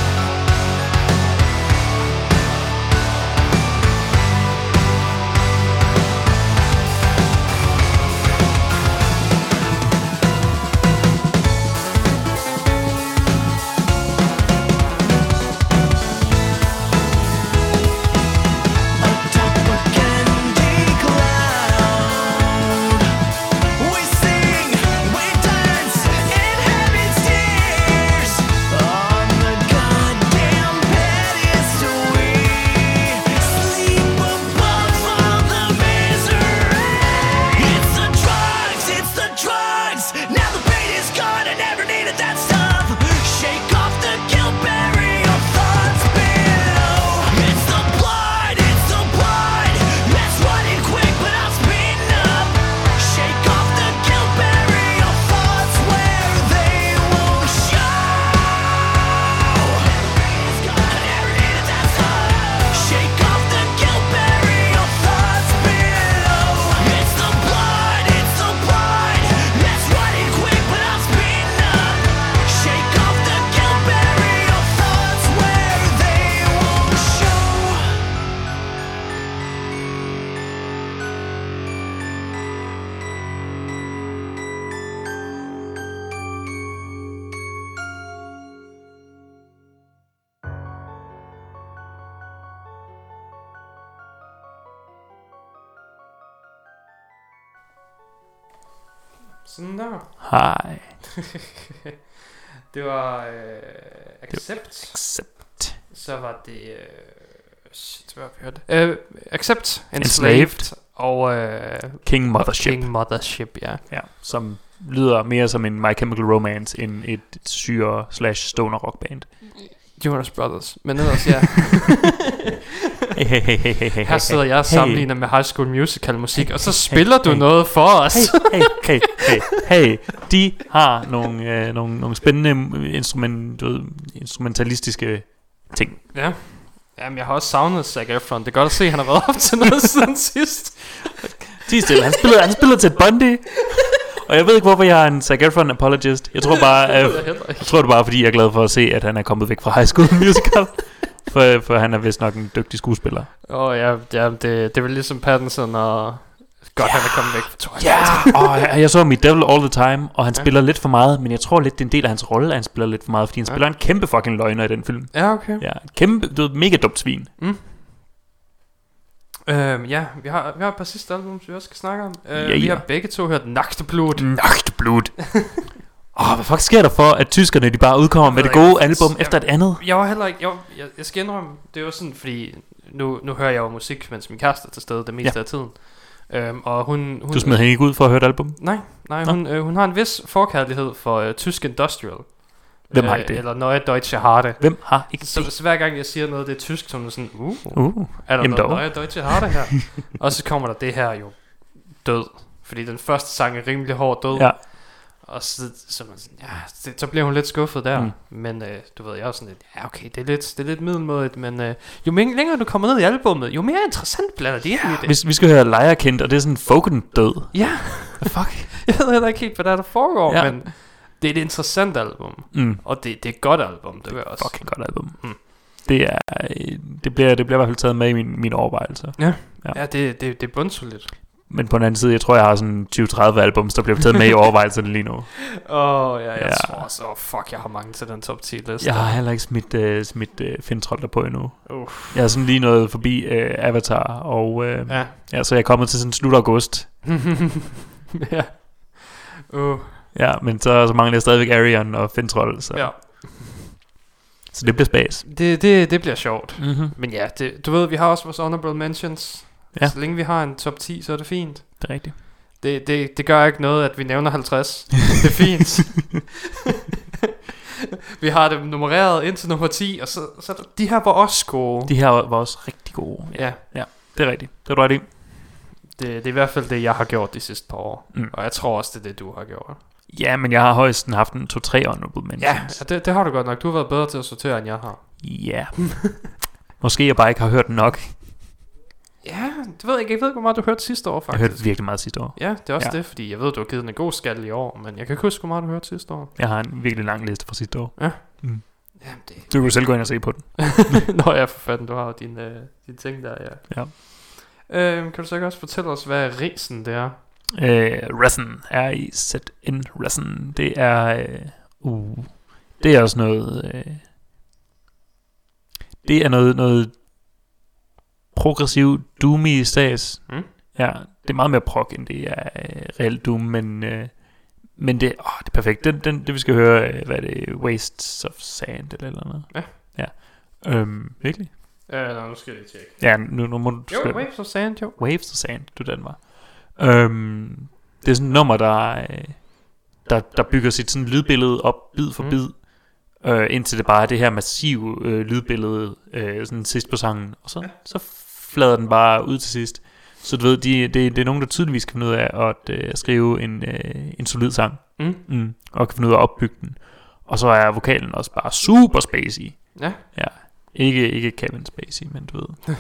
Atop a candy cloud, we sing, we dance in heaven's tears. On the goddamn pedestal we sleep above all the misery. It's the drugs, it's the drugs. Now the pain is gone, I never needed that stuff. Shake off the guilt, bury your thoughts below. It's the blood, it's the blood. Let's run it quick, but I'm speeding up. Shake off the guilt, bury your thoughts where they won't show. It's gone, I never needed that stuff. Shake off the guilt, bury your thoughts below. It's the blood, it's the blood. Let's run it quick, but I'm speeding up. Shake off the guilt, bury your thoughts where they won't show. Sådan der. Hej. Det var øh, Accept. Accept. Så var det øh, shit, hvad har vi hørt? Øh, Accept, Enslaved. Enslaved og øh, King Mothership. King Mothership, ja. Ja, som lyder mere som en My Chemical Romance end et syre slash stoner rockband. Jonas Brothers. Men ellers, ja. Hey, hey, hey, hey, hey, hey, Her sidder jeg og hey. sammenligner med High School Musical musik, Hey, og så hey, spiller hey, du hey. noget for os. Hey, hey, hey, hey, hey. De har nogle, øh, nogle, nogle spændende instrument, du ved, instrumentalistiske ting. Ja. Jamen, jeg har også savnet Zac Efron. Det er godt at se, at han har været op til noget siden sidst. Tig stille. Han spillede, han spillede til Bundy. Og jeg ved ikke, hvorfor jeg er en Zac Efron apologist. Jeg tror bare, Det ved øh, jeg heller ikke. jeg tror det bare, fordi jeg er glad for at se, at han er kommet væk fra High School Musical. for, for han er vist nok en dygtig skuespiller. Åh oh, ja, ja det, det er vel ligesom Pattinson og Godt, ja. Han er kommet væk fra Twilight. Ja, og jeg, jeg så mit Devil All the Time, og han Ja. spiller lidt for meget, men jeg tror lidt, det er en del af hans rolle, at han spiller lidt for meget, fordi han Ja. spiller en kæmpe fucking løgner i den film. Ja, okay. Ja, kæmpe, du ved, mega dumt svin. Mm. Øhm, ja, vi har, vi har et par sidste album, som vi også skal snakke om. Øh, Ja, vi ja. har begge to hørt Nachtblut. Nachtblut. Åh, oh, hvad fuck sker der for, at tyskerne de bare udkommer med det ved gode ikke. album Jeg- efter et andet? Jeg var heller ikke, jeg, jeg, jeg skal indrømme, det var sådan, fordi nu, nu hører jeg jo musik, mens min kæreste er til stede det meste Ja. af tiden. Øhm, og hun, hun Du smed hende ikke ud for at høre et album? Nej, nej, Nå. hun, øh, hun har en vis forkærlighed for øh, tysk industrial. Hvem har ikke det? Eller Neue Deutsche Harte. Hvem har ikke Så, det? så hver gang jeg siger noget, det er tysk, så er hun sådan, uh, Uh, er der jamen noget dog. Neue Deutsche Harte her? Og så kommer der det her jo død. Fordi den første sang er rimelig hård død. Ja. Og så, så, man sådan, ja, det, så bliver hun lidt skuffet der. Mm. Men øh, du ved, jeg er sådan lidt, ja okay, det er lidt, det er lidt middelmådigt. Men øh, jo mere, længere du kommer ned i albummet, jo mere interessant blander de ind i det. Hvis vi skal høre Lejerkind, og det er sådan Folken død. Ja, Fuck. jeg ved heller ikke helt, hvad der, er, der foregår, Ja. men det er et interessant album. Mm. Og det, det er et godt album, det vil jeg også. Fucking godt album. Mm. Det er, øh, det bliver, det bliver i hvert fald taget med i min, mine overvejelser. Ja, Ja. ja det, det, det er bundsolidt. Men på den anden side, jeg tror, jeg har sådan tyve til tredive albums, der bliver taget med i overvejelserne lige nu. Åh, oh, ja, jeg Ja. tror også, oh, fuck, jeg har mange til den top ti liste. Jeg har heller ikke smidt, uh, smidt uh, Fintroll der på endnu. Uff. Jeg har sådan lige nået forbi uh, Avatar, og uh, ja. Ja. Ja, så jeg er kommet til sådan slut august. Ja. Uh, Ja, men så, så mangler jeg stadigvæk Arion og Fintroll, så, ja. så det bliver spas. Det, det, det bliver sjovt. Mm-hmm. Men ja, det, du ved, vi har også vores honorable mentions. Ja. Så længe vi har en top ti, så er det fint. Det er rigtigt. Det, det, det gør ikke noget, at vi nævner halvtreds. Det er fint. Vi har det nummereret indtil nummer ti, og så, så er der- de her var også gode. De her var også rigtig gode. Ja, Det er rigtigt. Det er du ret i. det, det er i hvert fald det, jeg har gjort de sidste par år. Mm. Og jeg tror også, det er det, du har gjort. Ja, men jeg har højst sådan haft en to-tre honorable mentions. Ja, ja det, det har du godt nok. Du har været bedre til at sortere, end jeg har. Ja. Måske jeg bare ikke har hørt nok. Ja, det ved jeg ikke. Jeg ved ikke, hvor meget du hørte sidste år, Jeg faktisk. hørte virkelig meget sidste år. Ja, det er også Ja. det, fordi jeg ved, du har givet den en god skalle i år, men jeg kan ikke huske, hvor meget du hørte sidste år. Jeg har en virkelig lang liste fra sidste år. Jamen, det... Du kan jo selv gå ind og se på den. Nå ja, for fanden, du har jo dine, øh, dine ting der, ja. Ja. Øhm, kan du så ikke også fortælle os, hvad risen det er? Øh, Resin. R-I-Z-N. Resin. Det er... Øh, uh, det er også noget... Øh, det er noget... noget progressiv, doomy stas. Mm. Ja, det er meget mere prog, end det er øh, reelt doom, men... Øh, men det, åh, det er perfekt. Den, den, det vi skal høre, øh, hvad er det? Wastes of Sand eller eller noget. Ja. Ja. Øhm, virkelig? Øh, nå, nu skal jeg lige tjekke. Ja, nu, nu må du... Jo, skal- Waves of Sand, jo. Waves of Sand, du den var. Øhm, det er sådan et nummer, der, øh, der, der bygger sit sådan lydbillede op, bid for Mm. bid, øh, indtil det bare er det her massive øh, lydbillede, øh, sådan sidst på sangen, og så, Ja. så flader den bare ud til sidst. Så du ved, de, det, det er nogen, der tydeligvis kan finde ud af at øh, skrive en, øh, en solid sang, Mm. mm, og kan finde ud af at opbygge den. Og så er vokalen også bare super spacey. Ja. Ja, ikke, ikke Kevin Spacey, men du ved.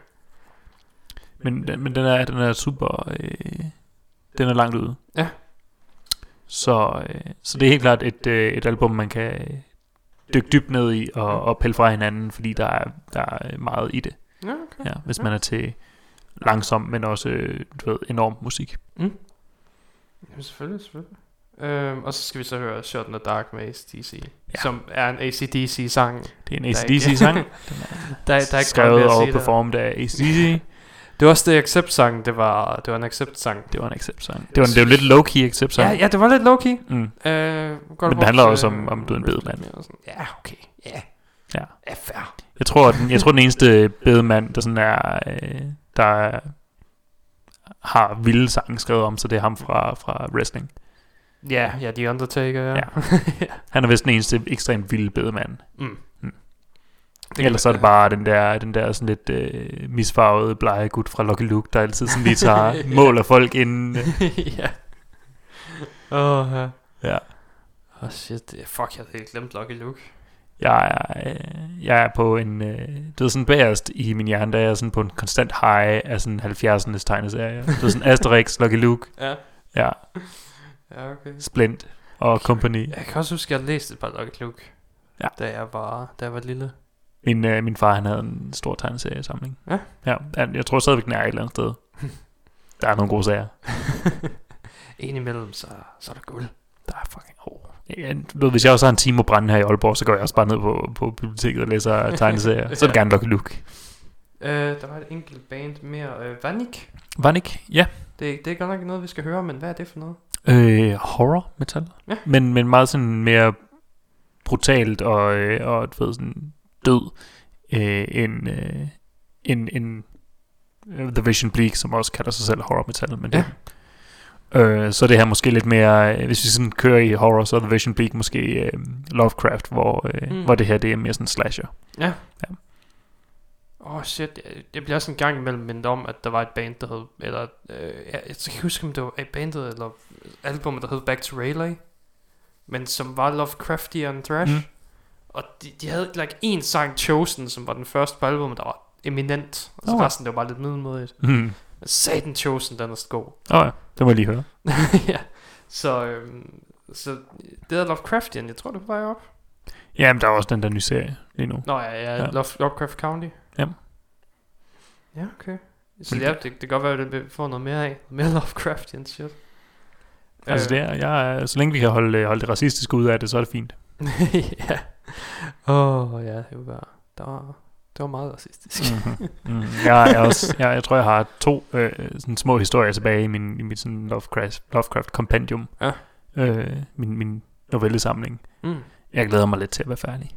men, den- men den er, den er super, øh, den er langt ude. Ja. Så, øh, så det er helt klart et, øh, et album, man kan øh, dykke dybt ned i og, og pille fra hinanden, fordi der er, der er meget i det. Ja, okay. Ja, hvis Ja. man er til langsom, men også øh, du ved, enorm musik. Mm. Jamen, selvfølgelig, selvfølgelig. Øhm, og så skal vi så høre Shot in the Dark med A C D C, Ja. som er en A C D C-sang. Det er en Der er A C D C-sang. Den Der, er der er ikke meget skrevet mere at og sige der. performet af A C D C. Det var også det Accept-sang, det var, det var en Accept-sang. Det var en accept-sang. Det var, det var lidt low-key accept-sang. Ja, ja, det var lidt low-key. Mm. Øh, Men det handler også om- om, du er en bedemand. Ja, okay. Ja, Ja. ja, fair. Jeg tror, den, jeg tror den eneste bedemand, der sådan er, øh, der er, har vilde sange skrevet om, så det er ham fra, fra wrestling. Ja, ja, The Undertaker, ja. Ja. Han er vist den eneste ekstremt vilde bedemand. Mm. Mm. Det Ellers så er det bare den der, den der sådan lidt øh, misfarvede, blege gut fra Lucky Luke, der altid sådan lige tager Ja. mål af folk inden. ja. Åh, oh, ja. Ja. Åh, oh, shit. det- Fuck, jeg havde helt glemt Lucky Luke. Jeg er, øh, jeg er på en, øh, det er sådan bagerst i min hjerne, der er jeg sådan på en konstant high af sådan halvfjerdsernes tegneserier. Det er sådan Asterix, Lucky Luke, Ja. ja, Ja, okay. Splint og Company. Jeg kan også huske, at jeg læste et par Lucky Luke. Ja. Da jeg var, da jeg var lille. Min, øh, min far, han havde en stor tegneseriesamling. Ja. Ja, han- jeg tror stadigvæk, den er et eller andet sted. der er nogle gode sager. Indimellem, så, så er der guld. Der er fucking... Oh. Ja, du ved, hvis jeg også har en time at brænde her i Aalborg, så går jeg også bare ned på, på biblioteket og læser tegneserier. Så er det gerne Lucky Luke. Øh, der var et enkelt band mere. Øh, Vanik. Vanik, ja. Det, det er godt nok noget, vi skal høre, men hvad er det for noget? Øh, horror metal. Ja. Men, men meget sådan mere brutalt og, øh, og du ved, sådan død øh, en, øh, en, en uh, The Vision Bleak, som også kalder sig selv horror metal. Men det, ja. øh, så det her måske lidt mere, øh, hvis vi sådan kører i horror, så er The Vision Bleak måske øh, Lovecraft, hvor, øh, mm. hvor det her det er mere sådan slasher. Ja. Ja. Åh oh shit, jeg, jeg bliver også en gang imellem mindet om, at der var et band, der hed, eller, øh, jeg, jeg kan ikke huske, om det var et bandet, eller albumet, der hed Back to Rayleigh, men som var Lovecraftian thrash, mm. og de, de havde like en sang, Chosen, som var den første på albumet, der var eminent, og så oh. resten, det var bare lidt middelmådigt. Mm. Satan Chosen, den er god. Åh oh ja, det må jeg lige høre. Ja, så, øhm, så det er Lovecraftian, jeg tror, det var op. Jamen, der er også den der nye serie lige nu. Nå ja, ja, ja. Love, Lovecraft County. Ja. Ja, okay. Så ja, det, det kan godt være, at det får noget mere af. Mere Lovecraftian shit. Altså det er, jeg er, så længe vi kan holde, holde det racistiske ud af det, så er det fint. Ja. Åh, oh, ja, det var, der var, det var meget racistisk. Mm-hmm. Mm. Jeg, er også, jeg, jeg tror, jeg har to øh, sådan små historier tilbage i, min, i mit sådan Lovecraft, Lovecraft Compendium. Ja. Øh, min, min novellesamling. Mm. Jeg glæder mig lidt til at være færdig.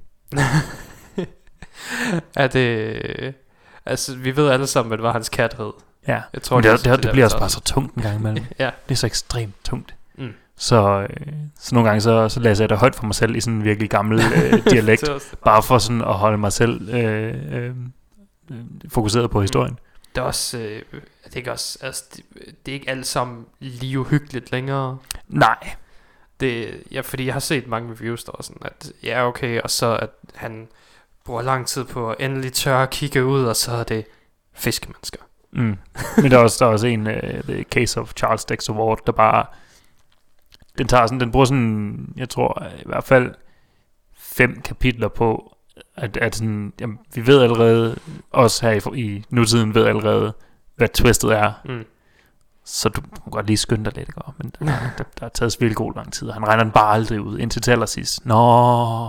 Er det... Altså, vi ved alle sammen, hvad det var, hans kat hed. Ja, jeg tror, men det, det, det, det, det bliver også bare så så tungt en gang imellem. Ja. Det er så ekstremt tungt. Mm. Så, øh, så nogle gange så, så læser jeg det højt for mig selv i sådan en virkelig gammel øh, dialekt. Bare for sådan at holde mig selv øh, øh, fokuseret på historien. Mm. Det er også, øh, det er ikke også, altså, det, det er ikke alt sammen lige uhyggeligt længere. Nej. Det, ja, fordi jeg har set mange reviews der var sådan, at ja, okay, og så at han bruger lang tid på at endelig tør at kigge ud, og så er det fiskemennesker. Mm. Men der er også, der er også en, uh, The Case of Charles Dexter Ward, der bare, den tager sådan, den bruger sådan, jeg tror i hvert fald fem kapitler på, at, at sådan, jamen, vi ved allerede, os her i, i nutiden ved allerede, hvad twistet er. Mm. Så du kan godt lige skynde dig lidt, ikke? Men der, der, der er taget virkelig god lang tid, og han regner den bare aldrig ud, indtil til allersidst. Nå,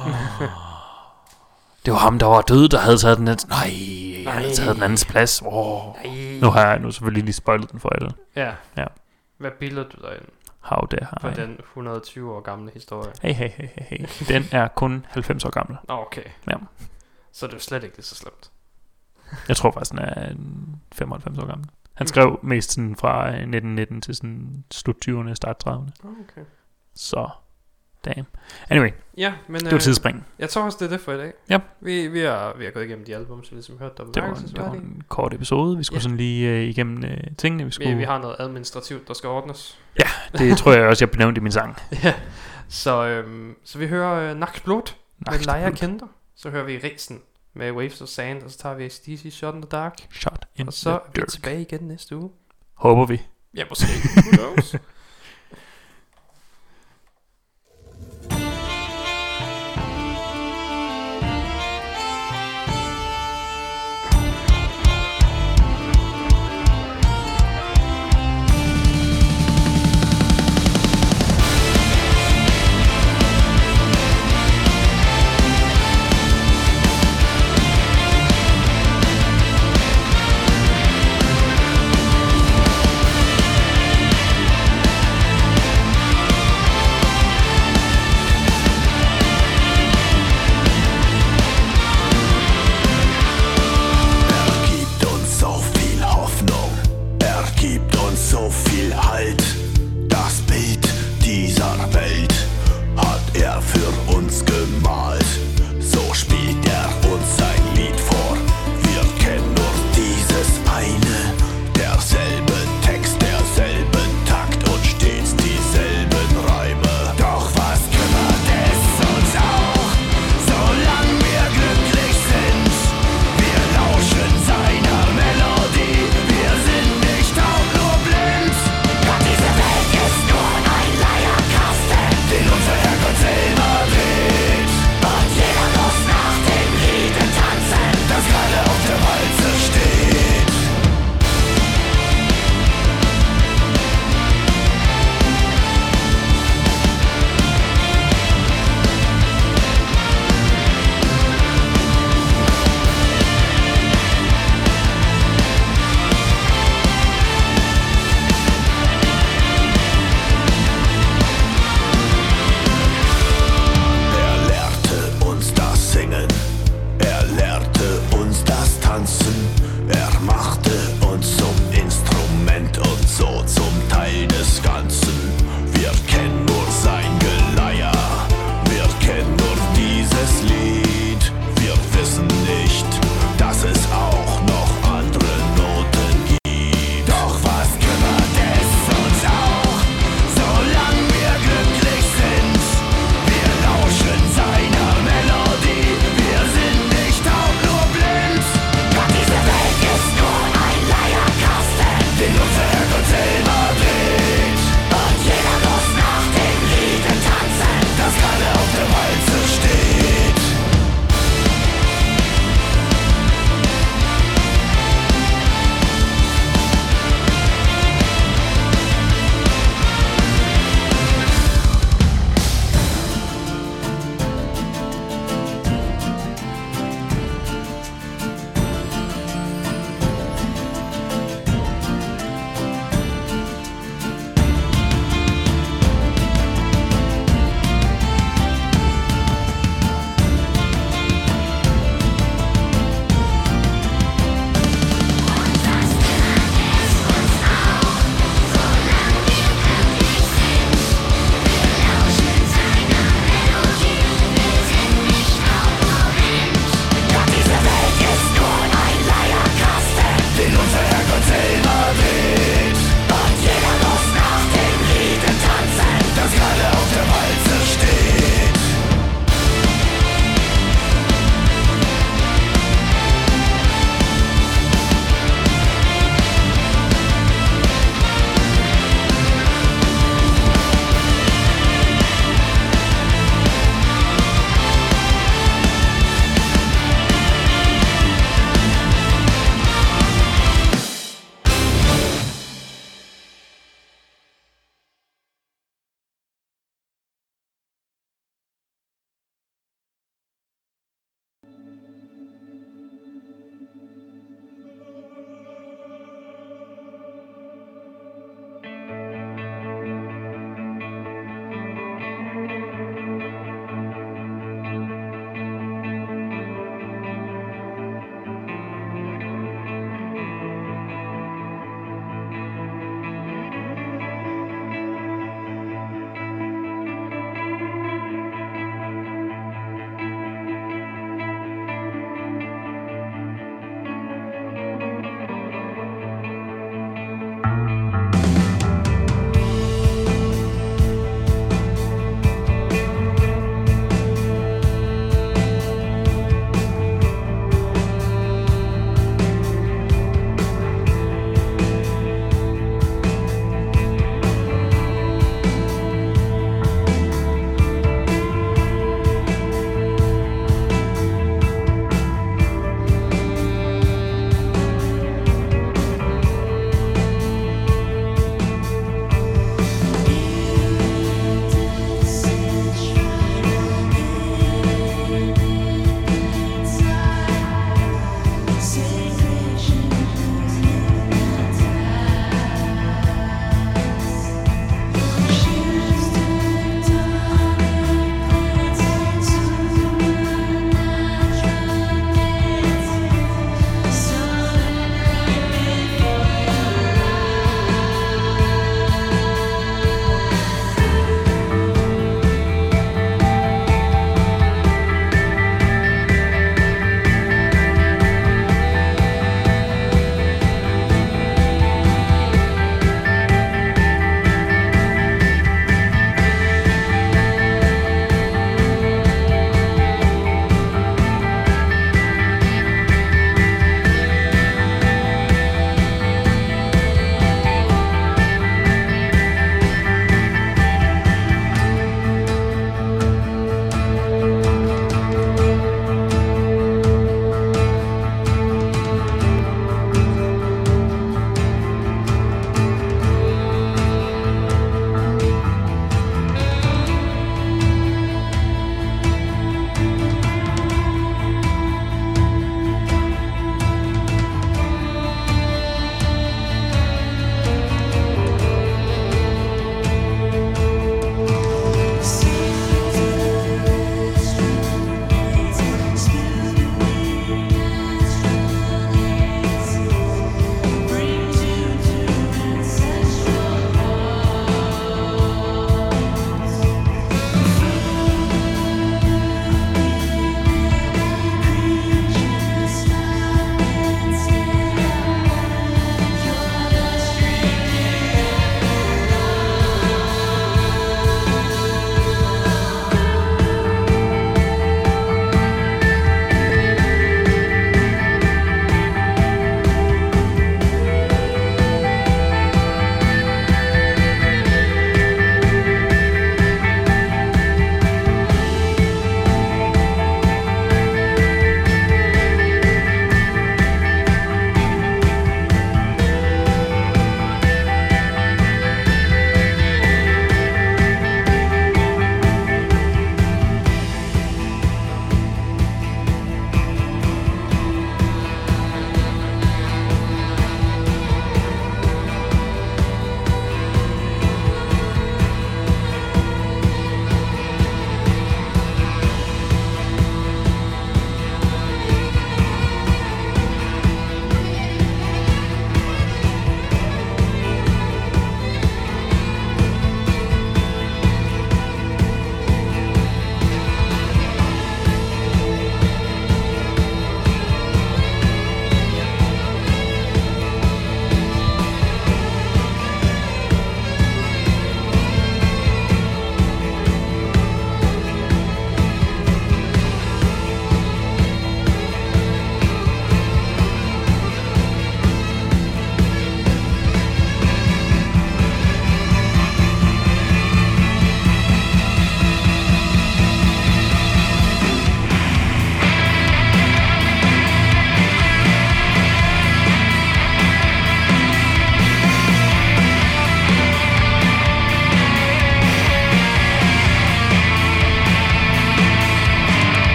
det var ham, der var død, der havde taget den andens. Nej, han havde taget den andens plads. Oh. Nu har jeg nu selvfølgelig lige spoilet den for alle. Ja. Ja. Hvad billeder du der ind? How dare for den et hundrede og tyve år gamle historie? Hey, hey, hey, hey, hey. Den er kun halvfems år gammel. Okay. Ja. Så det er jo slet ikke så slemt. Jeg tror faktisk, den er femoghalvfems år gammel. Han skrev mest sådan fra nitten nitten til sådan slut tyverne, start trediverne. Okay. Så, damn. Anyway, ja, men, det var tidsspring. Jeg tror også, det er det for i dag. Ja. Vi, vi, har, vi har gået igennem de album, så ligesom hørt dem. Det var, det var en kort episode. Vi skulle ja. sådan lige uh, igennem uh, tingene. Vi, skulle... vi, vi har noget administrativt, der skal ordnes. Ja, det tror jeg også, jeg benævnte i min sang. Ja. Så, øhm, så vi hører uh, Naks Blod med Leia Kender. Så hører vi Risen med Waves of Sand, og så tager vi A C D C Shot in the Dark. Shot in og så the er vi tilbage igen næste uge. Håber vi. Ja, måske. Who knows?